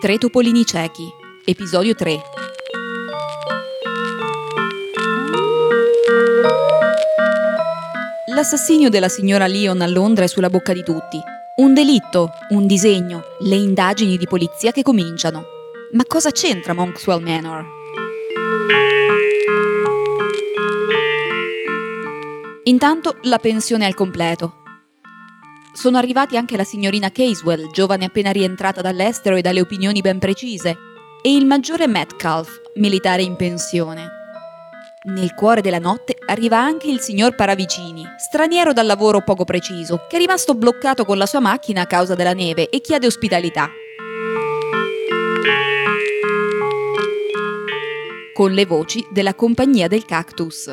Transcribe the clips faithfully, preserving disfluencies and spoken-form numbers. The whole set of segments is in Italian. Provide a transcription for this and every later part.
Tre topolini ciechi, episodio tre. L'assassinio della signora Lyon a Londra è sulla bocca di tutti. Un delitto, un disegno, le indagini di polizia che cominciano. Ma cosa c'entra Monkswell Manor? Intanto la pensione è al completo. Sono arrivati anche la signorina Caswell, giovane appena rientrata dall'estero e dalle opinioni ben precise, e il maggiore Metcalf, militare in pensione. Nel cuore della notte arriva anche il signor Paravicini, straniero dal lavoro poco preciso, che è rimasto bloccato con la sua macchina a causa della neve e chiede ospitalità. Con le voci della compagnia del Cactus.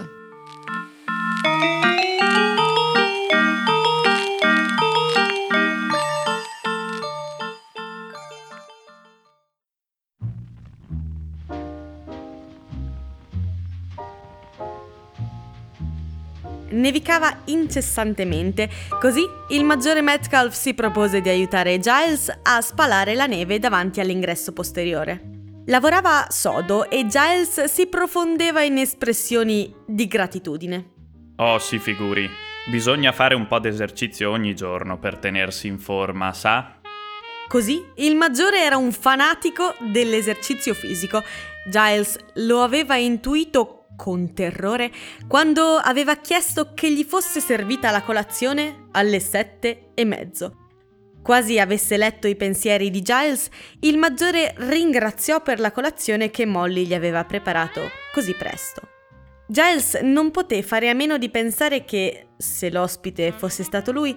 Nevicava incessantemente, così il maggiore Metcalf si propose di aiutare Giles a spalare la neve davanti all'ingresso posteriore. Lavorava sodo e Giles si profondeva in espressioni di gratitudine. Oh, si figuri, bisogna fare un po' d'esercizio ogni giorno per tenersi in forma, sa? Così il maggiore era un fanatico dell'esercizio fisico. Giles lo aveva intuito con terrore quando aveva chiesto che gli fosse servita la colazione alle sette e mezzo. Quasi avesse letto i pensieri di Giles, il maggiore ringraziò per la colazione che Molly gli aveva preparato così presto. Giles non poté fare a meno di pensare che, se l'ospite fosse stato lui,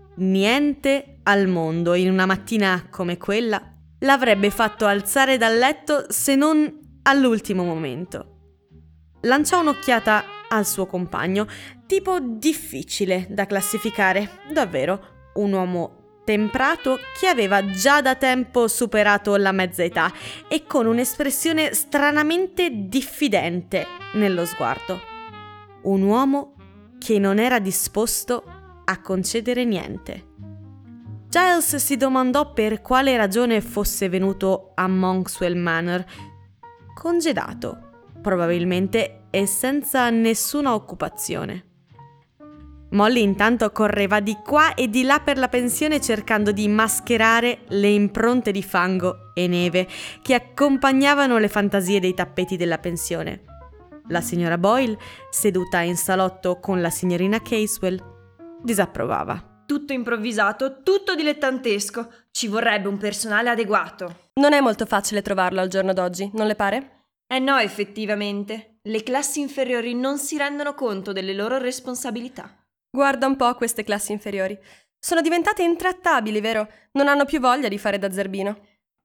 niente al mondo in una mattina come quella l'avrebbe fatto alzare dal letto se non all'ultimo momento. Lanciò un'occhiata al suo compagno, tipo difficile da classificare, davvero, un uomo temprato che aveva già da tempo superato la mezza età e con un'espressione stranamente diffidente nello sguardo. Un uomo che non era disposto a concedere niente. Giles si domandò per quale ragione fosse venuto a Monkswell Manor, congedato probabilmente e senza nessuna occupazione. Molly intanto correva di qua e di là per la pensione cercando di mascherare le impronte di fango e neve che accompagnavano le fantasie dei tappeti della pensione. La signora Boyle, seduta in salotto con la signorina Caswell, disapprovava. Tutto improvvisato, tutto dilettantesco. Ci vorrebbe un personale adeguato. Non è molto facile trovarlo al giorno d'oggi, non le pare? Eh no, effettivamente. Le classi inferiori non si rendono conto delle loro responsabilità. Guarda un po' queste classi inferiori. Sono diventate intrattabili, vero? Non hanno più voglia di fare da zerbino.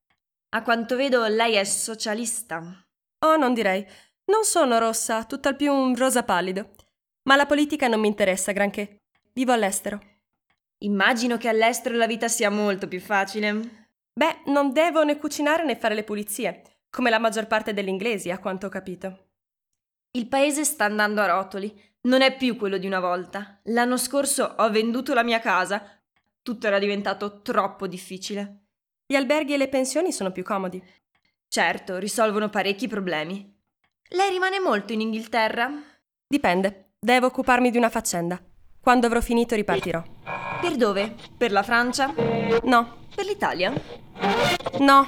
A quanto vedo, lei è socialista. Oh, non direi. Non sono rossa, tutt'al più un rosa pallido. Ma la politica non mi interessa granché. Vivo all'estero. Immagino che all'estero la vita sia molto più facile. Beh, non devo né cucinare né fare le pulizie, come la maggior parte degli inglesi, a quanto ho capito. Il paese sta andando a rotoli. Non è più quello di una volta. L'anno scorso ho venduto la mia casa. Tutto era diventato troppo difficile. Gli alberghi e le pensioni sono più comodi. Certo, risolvono parecchi problemi. Lei rimane molto in Inghilterra? Dipende. Devo occuparmi di una faccenda. Quando avrò finito ripartirò. Per dove? Per la Francia? No. Per l'Italia? No.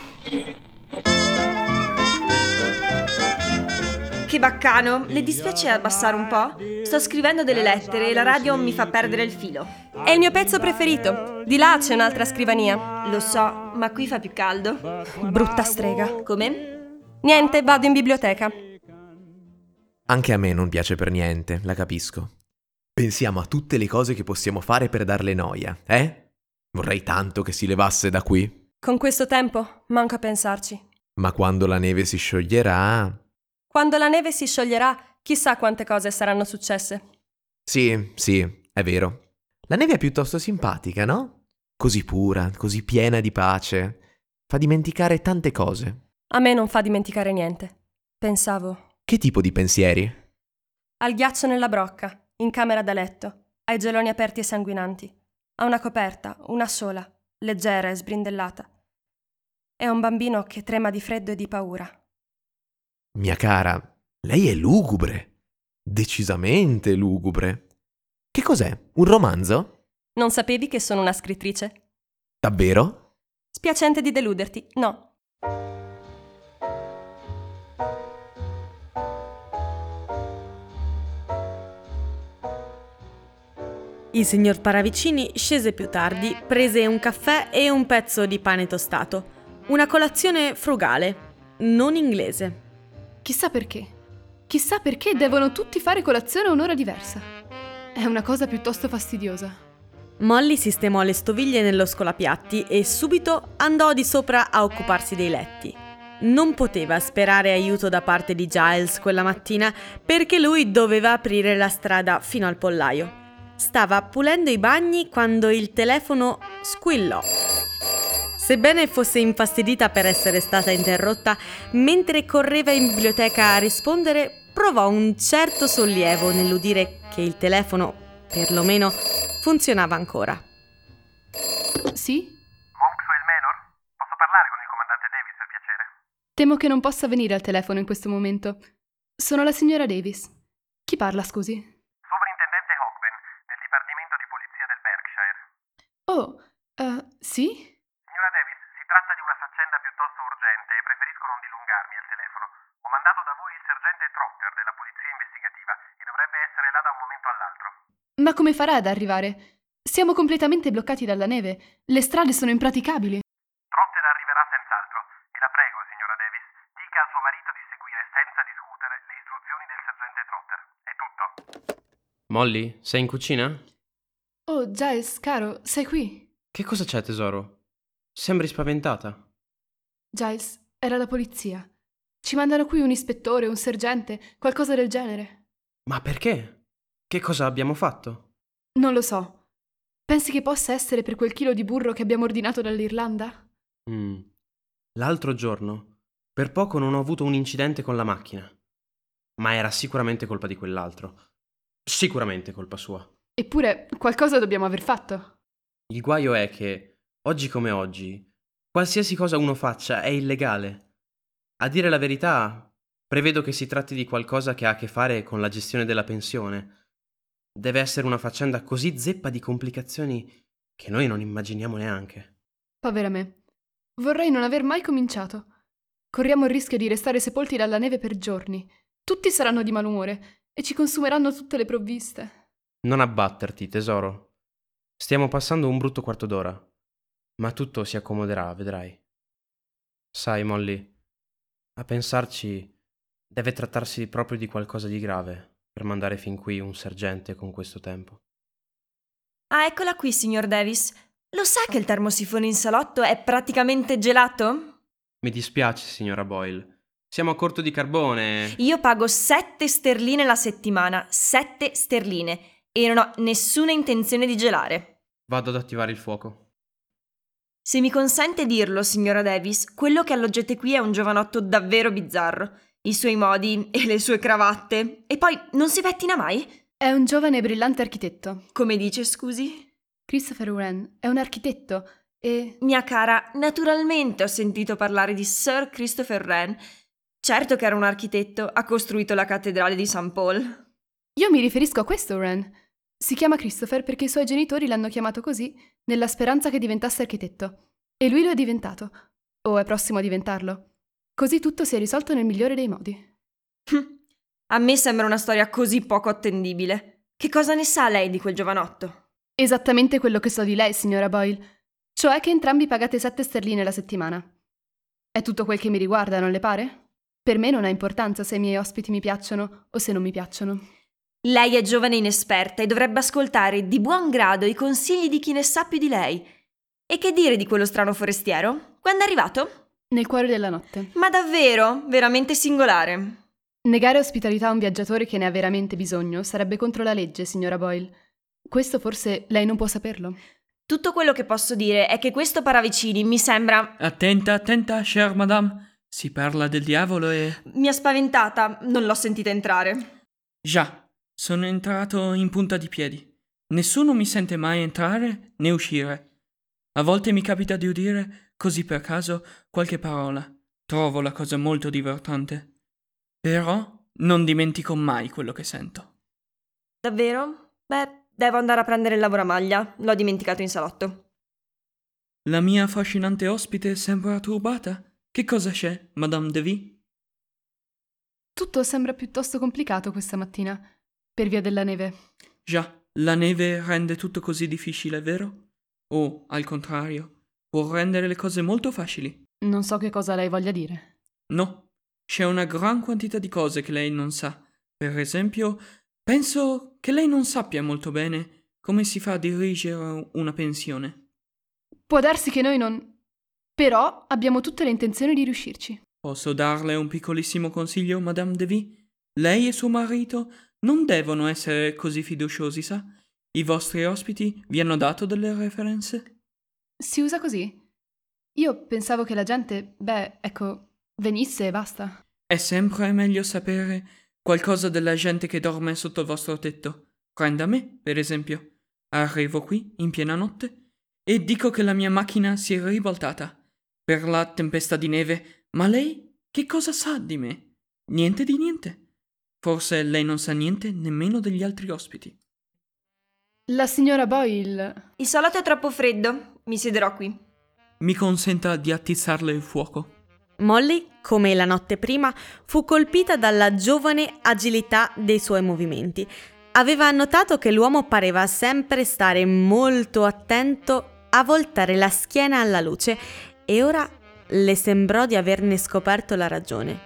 Che baccano! Le dispiace abbassare un po'? Sto scrivendo delle lettere e la radio mi fa perdere il filo. È il mio pezzo preferito. Di là c'è un'altra scrivania. Lo so, ma qui fa più caldo. Brutta strega. Come? Niente, vado in biblioteca. Anche a me non piace per niente, la capisco. Pensiamo a tutte le cose che possiamo fare per darle noia, eh? Vorrei tanto che si levasse da qui. Con questo tempo, manco a pensarci. Ma quando la neve si scioglierà... Quando la neve si scioglierà, chissà quante cose saranno successe. Sì, sì, è vero. La neve è piuttosto simpatica, no? Così pura, così piena di pace. Fa dimenticare tante cose. A me non fa dimenticare niente. Pensavo... Che tipo di pensieri? Al ghiaccio nella brocca, in camera da letto, ai geloni aperti e sanguinanti, a una coperta, una sola, leggera e sbrindellata. È un bambino che trema di freddo e di paura. Mia cara, lei è lugubre. Decisamente lugubre. Che cos'è? Un romanzo? Non sapevi che sono una scrittrice? Davvero? Spiacente di deluderti, no. Il signor Paravicini scese più tardi, prese un caffè e un pezzo di pane tostato. Una colazione frugale, non inglese. Chissà perché. Chissà perché devono tutti fare colazione a un'ora diversa. È una cosa piuttosto fastidiosa. Molly sistemò le stoviglie nello scolapiatti e subito andò di sopra a occuparsi dei letti. Non poteva sperare aiuto da parte di Giles quella mattina perché lui doveva aprire la strada fino al pollaio. Stava pulendo i bagni quando il telefono squillò. Sebbene fosse infastidita per essere stata interrotta, mentre correva in biblioteca a rispondere, provò un certo sollievo nell'udire che il telefono, perlomeno, funzionava ancora. Sì? Monkswell Manor? Posso parlare con il comandante Davis, per piacere? Temo che non possa venire al telefono in questo momento. Sono la signora Davis. Chi parla, scusi? Sovrintendente Hogben, del Dipartimento di Polizia del Berkshire. Oh, uh, sì? Signora Davis, si tratta di una faccenda piuttosto urgente e preferisco non dilungarmi al telefono. Ho mandato da voi il sergente Trotter della Polizia Investigativa e dovrebbe essere là da un momento all'altro. Ma come farà ad arrivare? Siamo completamente bloccati dalla neve. Le strade sono impraticabili. Trotter arriverà senz'altro e la prego, signora Davis, dica a suo marito di seguire senza discutere le istruzioni del sergente Trotter. È tutto. Molly, sei in cucina? Oh, Giles, caro, sei qui? Che cosa c'è, tesoro? Sembri spaventata. Giles, era la polizia. Ci mandano qui un ispettore, un sergente, qualcosa del genere. Ma perché? Che cosa abbiamo fatto? Non lo so. Pensi che possa essere per quel chilo di burro che abbiamo ordinato dall'Irlanda? Mm. L'altro giorno, per poco non ho avuto un incidente con la macchina. Ma era sicuramente colpa di quell'altro. Sicuramente colpa sua. Eppure, qualcosa dobbiamo aver fatto. Il guaio è che, oggi come oggi, qualsiasi cosa uno faccia è illegale. A dire la verità, prevedo che si tratti di qualcosa che ha a che fare con la gestione della pensione. Deve essere una faccenda così zeppa di complicazioni che noi non immaginiamo neanche. Povera me. Vorrei non aver mai cominciato. Corriamo il rischio di restare sepolti dalla neve per giorni. Tutti saranno di malumore e ci consumeranno tutte le provviste. Non abbatterti, tesoro. Stiamo passando un brutto quarto d'ora, ma tutto si accomoderà, vedrai. Sai, Molly, a pensarci, deve trattarsi proprio di qualcosa di grave per mandare fin qui un sergente con questo tempo. Ah, eccola qui, signor Davis. Lo sa che il termosifone in salotto è praticamente gelato? Mi dispiace, signora Boyle. Siamo a corto di carbone. Io pago sette sterline la settimana, sette sterline, e non ho nessuna intenzione di gelare. Vado ad attivare il fuoco. Se mi consente dirlo, signora Davis, quello che alloggiate qui è un giovanotto davvero bizzarro. I suoi modi e le sue cravatte. E poi non si pettina mai? È un giovane e brillante architetto. Come dice, scusi? Christopher Wren è un architetto e... Mia cara, naturalmente ho sentito parlare di Sir Christopher Wren. Certo che era un architetto, ha costruito la cattedrale di Saint Paul. Io mi riferisco a questo Wren. Si chiama Christopher perché i suoi genitori l'hanno chiamato così nella speranza che diventasse architetto. E lui lo è diventato. O è prossimo a diventarlo. Così tutto si è risolto nel migliore dei modi. A me sembra una storia così poco attendibile. Che cosa ne sa lei di quel giovanotto? Esattamente quello che so di lei, signora Boyle. Cioè che entrambi pagate sette sterline la settimana. È tutto quel che mi riguarda, non le pare? Per me non ha importanza se i miei ospiti mi piacciono o se non mi piacciono. Lei è giovane e inesperta e dovrebbe ascoltare di buon grado i consigli di chi ne sa più di lei. E che dire di quello strano forestiero? Quando è arrivato? Nel cuore della notte. Ma davvero? Veramente singolare. Negare ospitalità a un viaggiatore che ne ha veramente bisogno sarebbe contro la legge, signora Boyle. Questo forse lei non può saperlo. Tutto quello che posso dire è che questo Paravicini mi sembra... Attenta, attenta, chère madame. Si parla del diavolo e... Mi ha spaventata, non l'ho sentita entrare. Già, sono entrato in punta di piedi. Nessuno mi sente mai entrare né uscire. A volte mi capita di udire così per caso, qualche parola. Trovo la cosa molto divertente. Però non dimentico mai quello che sento. Davvero? Beh, devo andare a prendere il lavoramaglia. L'ho dimenticato in salotto. La mia affascinante ospite sembra turbata. Che cosa c'è, Madame Devy? Tutto sembra piuttosto complicato questa mattina, per via della neve. Già, la neve rende tutto così difficile, vero? O, al contrario, può rendere le cose molto facili. Non so che cosa lei voglia dire. No, c'è una gran quantità di cose che lei non sa. Per esempio, penso che lei non sappia molto bene come si fa a dirigere una pensione. Può darsi che noi non... Però abbiamo tutte le intenzioni di riuscirci. Posso darle un piccolissimo consiglio, Madame Devy? Lei e suo marito non devono essere così fiduciosi, sa? I vostri ospiti vi hanno dato delle referenze? Si usa così? Io pensavo che la gente, beh, ecco, venisse e basta. È sempre meglio sapere qualcosa della gente che dorme sotto il vostro tetto. Prenda me, per esempio. Arrivo qui in piena notte e dico che la mia macchina si è ribaltata per la tempesta di neve. Ma lei che cosa sa di me? Niente di niente. Forse lei non sa niente nemmeno degli altri ospiti. La signora Boyle... Il salotto è troppo freddo. Mi siederò qui. Mi consenta di attizzarle il fuoco. Molly, come la notte prima, fu colpita dalla giovane agilità dei suoi movimenti. Aveva notato che l'uomo pareva sempre stare molto attento a voltare la schiena alla luce e ora le sembrò di averne scoperto la ragione.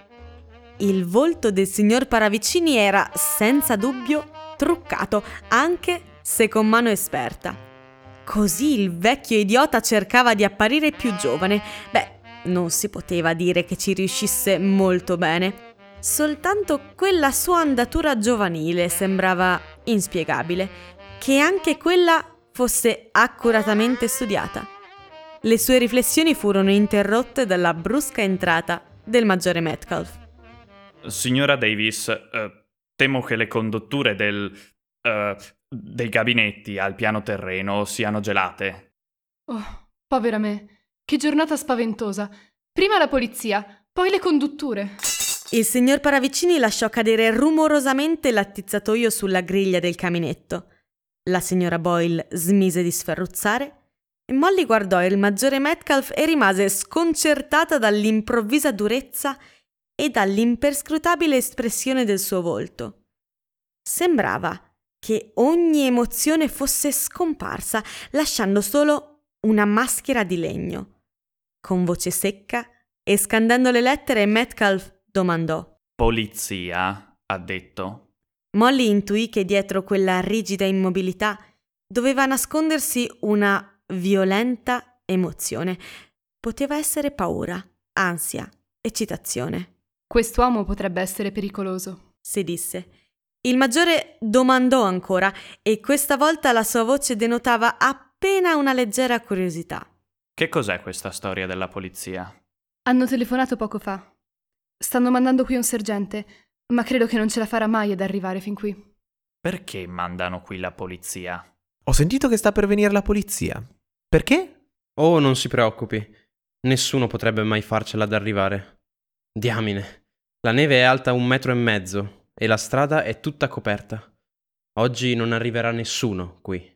Il volto del signor Paravicini era senza dubbio truccato, anche se con mano esperta. Così il vecchio idiota cercava di apparire più giovane. Beh, non si poteva dire che ci riuscisse molto bene. Soltanto quella sua andatura giovanile sembrava inspiegabile, che anche quella fosse accuratamente studiata. Le sue riflessioni furono interrotte dalla brusca entrata del maggiore Metcalf. Signora Davis, eh, temo che le condutture del, eh, dei gabinetti al piano terreno siano gelate. Oh, povera me. Che giornata spaventosa. Prima la polizia, poi le condutture. Il signor Paravicini lasciò cadere rumorosamente l'attizzatoio sulla griglia del caminetto. La signora Boyle smise di sferruzzare e Molly guardò il maggiore Metcalf e rimase sconcertata dall'improvvisa durezza e dall'imperscrutabile espressione del suo volto. Sembrava che ogni emozione fosse scomparsa, lasciando solo una maschera di legno. Con voce secca e scandendo le lettere, Metcalf domandò: Polizia, ha detto. Molly intuì che dietro quella rigida immobilità doveva nascondersi una violenta emozione. Poteva essere paura, ansia, eccitazione. Quest'uomo potrebbe essere pericoloso, si disse. Il maggiore domandò ancora e questa volta la sua voce denotava appena una leggera curiosità. Che cos'è questa storia della polizia? Hanno telefonato poco fa. Stanno mandando qui un sergente, ma credo che non ce la farà mai ad arrivare fin qui. Perché mandano qui la polizia? Ho sentito che sta per venire la polizia. Perché? Oh, non si preoccupi. Nessuno potrebbe mai farcela ad arrivare. Diamine, la neve è alta un metro e mezzo e la strada è tutta coperta. Oggi non arriverà nessuno qui.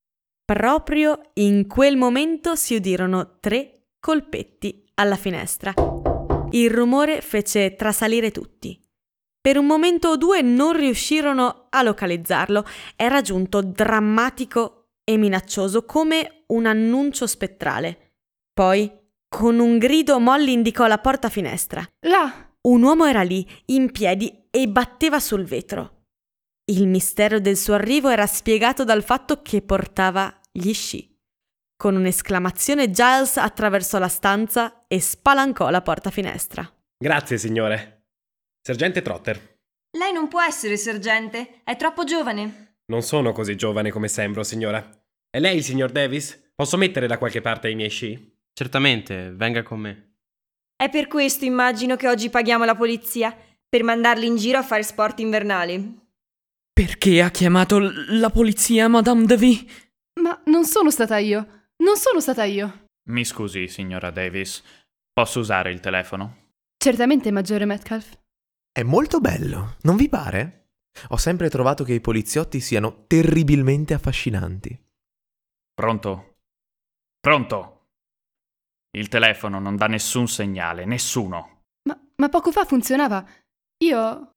Proprio in quel momento si udirono tre colpetti alla finestra. Il rumore fece trasalire tutti. Per un momento o due non riuscirono a localizzarlo. Era giunto drammatico e minaccioso come un annuncio spettrale. Poi, con un grido, Molly indicò la porta finestra. Là! Un uomo era lì, in piedi, e batteva sul vetro. Il mistero del suo arrivo era spiegato dal fatto che portava gli sci. Con un'esclamazione Giles attraversò la stanza e spalancò la porta finestra. Grazie, signore. Sergente Trotter. Lei non può essere sergente, è troppo giovane. Non sono così giovane come sembro, signora. E lei il signor Davis? Posso mettere da qualche parte i miei sci? Certamente, venga con me. È per questo, immagino, che oggi paghiamo la polizia, per mandarli in giro a fare sport invernali. Perché ha chiamato l- la polizia, Madame Devy? Ma non sono stata io. Non sono stata io. Mi scusi, signora Davis, posso usare il telefono? Certamente, maggiore Metcalf. È molto bello, non vi pare? Ho sempre trovato che i poliziotti siano terribilmente affascinanti. Pronto? Pronto? Il telefono non dà nessun segnale, nessuno. Ma, ma poco fa funzionava. Io...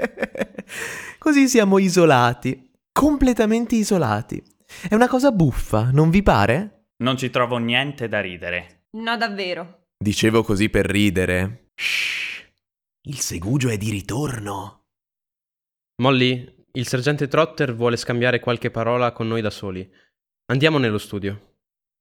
Così siamo isolati, completamente isolati. È una cosa buffa, non vi pare? Non ci trovo niente da ridere. No, davvero. Dicevo così per ridere. Shh, il segugio è di ritorno. Molly, il sergente Trotter vuole scambiare qualche parola con noi da soli. Andiamo nello studio.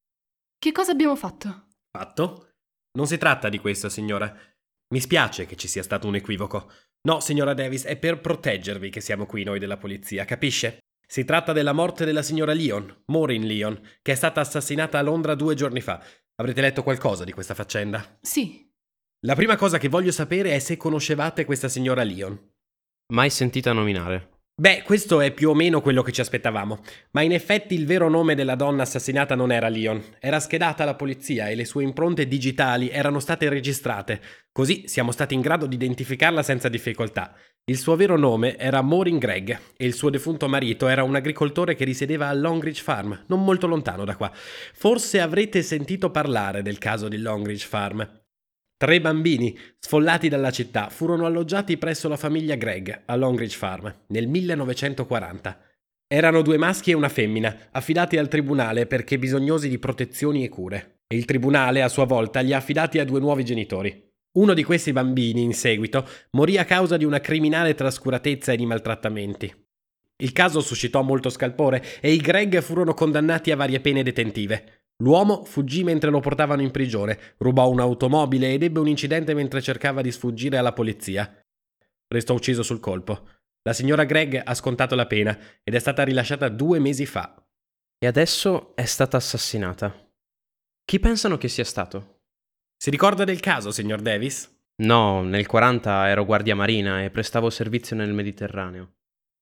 Che cosa abbiamo fatto? Fatto? Non si tratta di questo, signora. Mi spiace che ci sia stato un equivoco. No, signora Davis, è per proteggervi che siamo qui noi della polizia, capisce? Si tratta della morte della signora Lyon, Maureen Lyon, che è stata assassinata a Londra due giorni fa. Avrete letto qualcosa di questa faccenda? Sì. La prima cosa che voglio sapere è se conoscevate questa signora Lyon. Mai sentita nominare. Beh, questo è più o meno quello che ci aspettavamo, ma in effetti il vero nome della donna assassinata non era Lyon, era schedata alla polizia e le sue impronte digitali erano state registrate, così siamo stati in grado di identificarla senza difficoltà. Il suo vero nome era Maureen Gregg e il suo defunto marito era un agricoltore che risiedeva a Longridge Farm, non molto lontano da qua. Forse avrete sentito parlare del caso di Longridge Farm. Tre bambini, sfollati dalla città, furono alloggiati presso la famiglia Gregg a Longridge Farm nel millenovecentoquaranta. Erano due maschi e una femmina, affidati al tribunale perché bisognosi di protezioni e cure. E il tribunale, a sua volta, li ha affidati a due nuovi genitori. Uno di questi bambini, in seguito, morì a causa di una criminale trascuratezza e di maltrattamenti. Il caso suscitò molto scalpore e i Gregg furono condannati a varie pene detentive. L'uomo fuggì mentre lo portavano in prigione, rubò un'automobile ed ebbe un incidente mentre cercava di sfuggire alla polizia. Restò ucciso sul colpo. La signora Gregg ha scontato la pena ed è stata rilasciata due mesi fa. E adesso è stata assassinata. Chi pensano che sia stato? Si ricorda del caso, signor Davis? No, nel quaranta ero guardia marina e prestavo servizio nel Mediterraneo.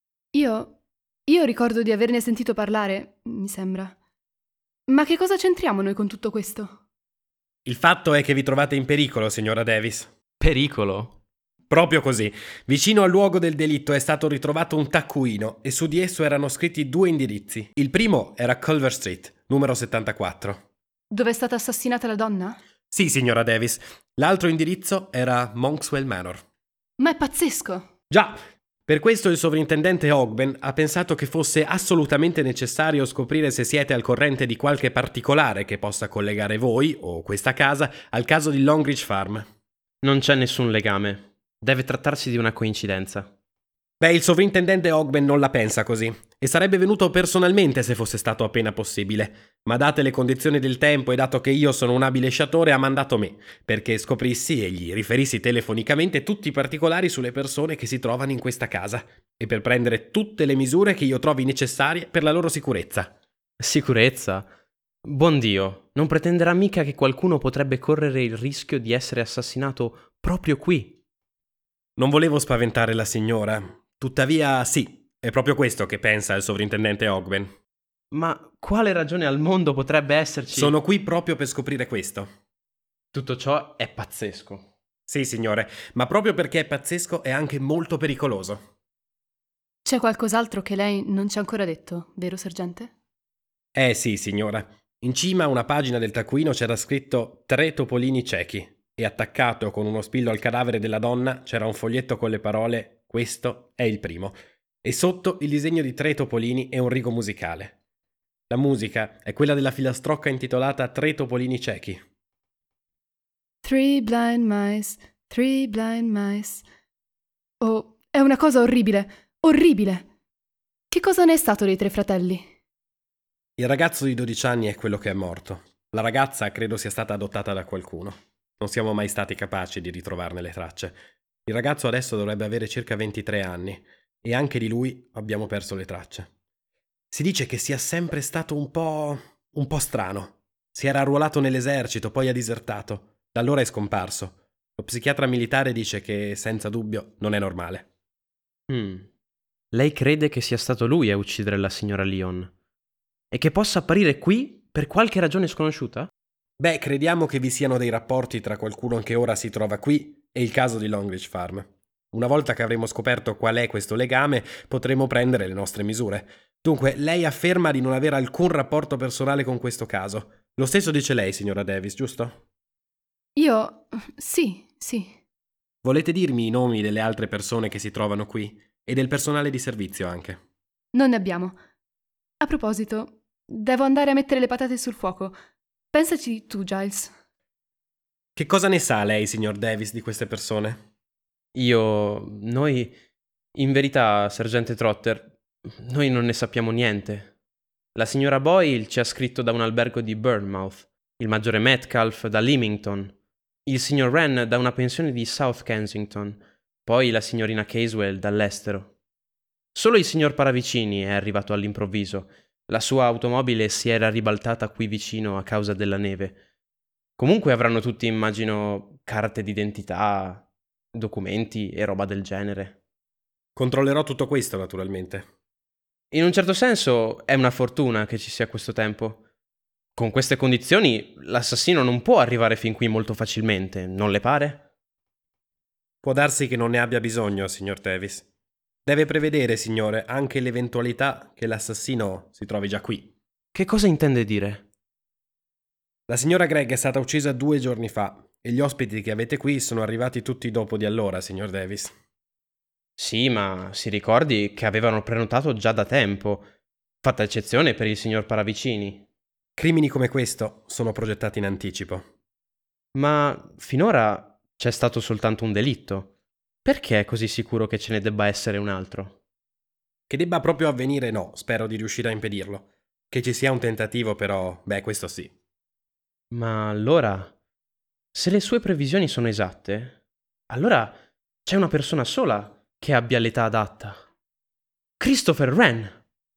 Io... io ricordo di averne sentito parlare, mi sembra. Ma che cosa c'entriamo noi con tutto questo? Il fatto è che vi trovate in pericolo, signora Davis. Pericolo? Proprio così. Vicino al luogo del delitto è stato ritrovato un taccuino e su di esso erano scritti due indirizzi. Il primo era Culver Street, numero settantaquattro. Dove è stata assassinata la donna? Sì, signora Davis. L'altro indirizzo era Monkswell Manor. Ma è pazzesco! Già! Per questo il sovrintendente Ogben ha pensato che fosse assolutamente necessario scoprire se siete al corrente di qualche particolare che possa collegare voi, o questa casa, al caso di Longridge Farm. Non c'è nessun legame. Deve trattarsi di una coincidenza. Beh, il sovrintendente Ogben non la pensa così, e sarebbe venuto personalmente se fosse stato appena possibile, ma date le condizioni del tempo e dato che io sono un abile sciatore ha mandato me, perché scoprissi e gli riferissi telefonicamente tutti i particolari sulle persone che si trovano in questa casa, e per prendere tutte le misure che io trovi necessarie per la loro sicurezza. Sicurezza? Buon Dio, non pretenderà mica che qualcuno potrebbe correre il rischio di essere assassinato proprio qui? Non volevo spaventare la signora. Tuttavia, sì, è proprio questo che pensa il sovrintendente Ogben. Ma quale ragione al mondo potrebbe esserci? Sono qui proprio per scoprire questo. Tutto ciò è pazzesco. Sì, signore, ma proprio perché è pazzesco è anche molto pericoloso. C'è qualcos'altro che lei non ci ha ancora detto, vero sergente? Eh sì, signora. In cima a una pagina del taccuino c'era scritto tre topolini ciechi e attaccato con uno spillo al cadavere della donna c'era un foglietto con le parole «Questo è il primo» e sotto il disegno di tre topolini e un rigo musicale. La musica è quella della filastrocca intitolata Tre topolini ciechi. Three blind mice, three blind mice. Oh, è una cosa orribile, orribile! Che cosa ne è stato dei tre fratelli? Il ragazzo di dodici anni è quello che è morto. La ragazza credo sia stata adottata da qualcuno. Non siamo mai stati capaci di ritrovarne le tracce. Il ragazzo adesso dovrebbe avere circa ventitré anni e anche di lui abbiamo perso le tracce. Si dice che sia sempre stato un po'... un po' strano. Si era arruolato nell'esercito, poi ha disertato. Da allora è scomparso. Lo psichiatra militare dice che, senza dubbio, non è normale. Hmm. Lei crede che sia stato lui a uccidere la signora Lyon? E che possa apparire qui per qualche ragione sconosciuta? Beh, crediamo che vi siano dei rapporti tra qualcuno che ora si trova qui e il caso di Longridge Farm. Una volta che avremo scoperto qual è questo legame, potremo prendere le nostre misure. Dunque, lei afferma di non avere alcun rapporto personale con questo caso. Lo stesso dice lei, signora Davis, giusto? Io... sì, sì. Volete dirmi i nomi delle altre persone che si trovano qui? E del personale di servizio anche? Non ne abbiamo. A proposito, devo andare a mettere le patate sul fuoco. Pensaci tu, Giles. Che cosa ne sa lei, signor Davis, di queste persone? Io... noi... In verità, sergente Trotter, noi non ne sappiamo niente. La signora Boyle ci ha scritto da un albergo di Bournemouth, il maggiore Metcalf da Leamington, il signor Wren da una pensione di South Kensington, poi la signorina Caswell dall'estero. Solo il signor Paravicini è arrivato all'improvviso. La sua automobile si era ribaltata qui vicino a causa della neve. Comunque avranno tutti, immagino, carte d'identità, documenti e roba del genere. Controllerò tutto questo, naturalmente. In un certo senso è una fortuna che ci sia questo tempo. Con queste condizioni l'assassino non può arrivare fin qui molto facilmente, non le pare? Può darsi che non ne abbia bisogno, signor Davis. Deve prevedere, signore, anche l'eventualità che l'assassino si trovi già qui. Che cosa intende dire? La signora Gregg è stata uccisa due giorni fa e gli ospiti che avete qui sono arrivati tutti dopo di allora, signor Davis. Sì, ma si ricordi che avevano prenotato già da tempo, fatta eccezione per il signor Paravicini. Crimini come questo sono progettati in anticipo. Ma finora c'è stato soltanto un delitto. Perché è così sicuro che ce ne debba essere un altro? Che debba proprio avvenire, no, spero di riuscire a impedirlo. Che ci sia un tentativo, però, beh, questo sì. Ma allora, se le sue previsioni sono esatte, allora c'è una persona sola che abbia l'età adatta. Christopher Wren!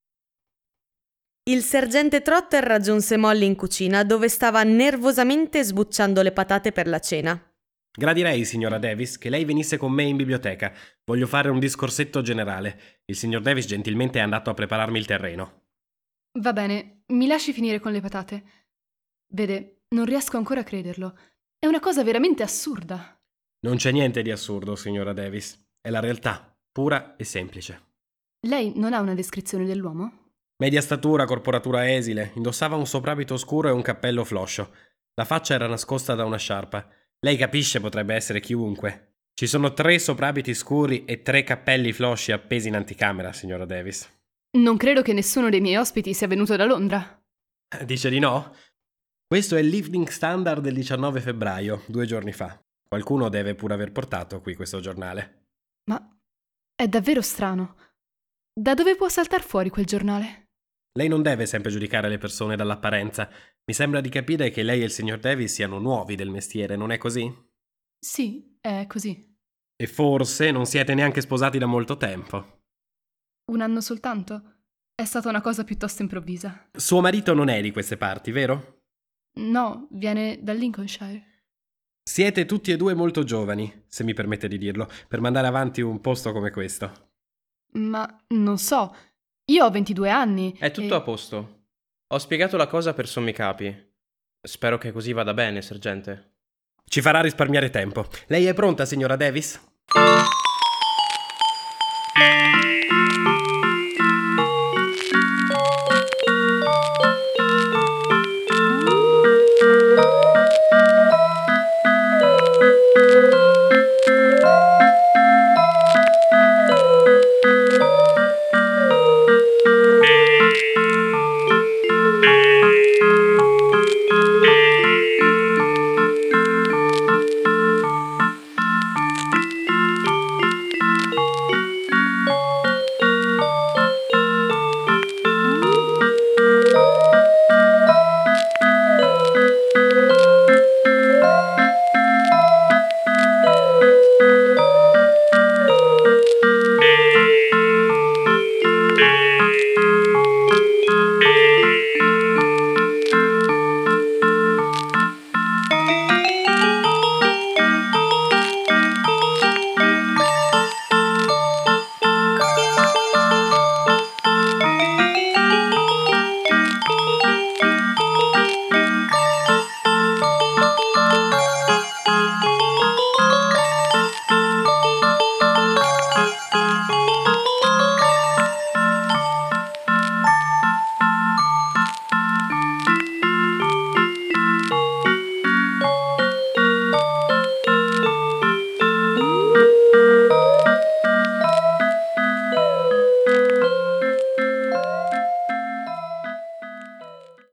Il sergente Trotter raggiunse Molly in cucina, dove stava nervosamente sbucciando le patate per la cena. Gradirei, signora Davis, che lei venisse con me in biblioteca. Voglio fare un discorsetto generale. Il signor Davis gentilmente è andato a prepararmi il terreno. Va bene, mi lasci finire con le patate. Vede, non riesco ancora a crederlo. È una cosa veramente assurda. Non c'è niente di assurdo, signora Davis. È la realtà, pura e semplice. Lei non ha una descrizione dell'uomo? Media statura, corporatura esile, indossava un soprabito scuro e un cappello floscio. La faccia era nascosta da una sciarpa. Lei capisce, potrebbe essere chiunque. Ci sono tre soprabiti scuri e tre cappelli flosci appesi in anticamera, signora Davis. Non credo che nessuno dei miei ospiti sia venuto da Londra. Dice di no? Questo è l'Evening Standard del diciannove febbraio, due giorni fa. Qualcuno deve pure aver portato qui questo giornale. Ma è davvero strano. Da dove può saltar fuori quel giornale? Lei non deve sempre giudicare le persone dall'apparenza. Mi sembra di capire che lei e il signor Davis siano nuovi del mestiere, non è così? Sì, è così. E forse non siete neanche sposati da molto tempo. Un anno soltanto? È stata una cosa piuttosto improvvisa. Suo marito non è di queste parti, vero? No, viene dal Lincolnshire. Siete tutti e due molto giovani, se mi permette di dirlo, per mandare avanti un posto come questo. Ma non so. Io ho ventidue anni. È tutto e... a posto. Ho spiegato la cosa per sommi capi. Spero che così vada bene, sergente. Ci farà risparmiare tempo. Lei è pronta, signora Davis?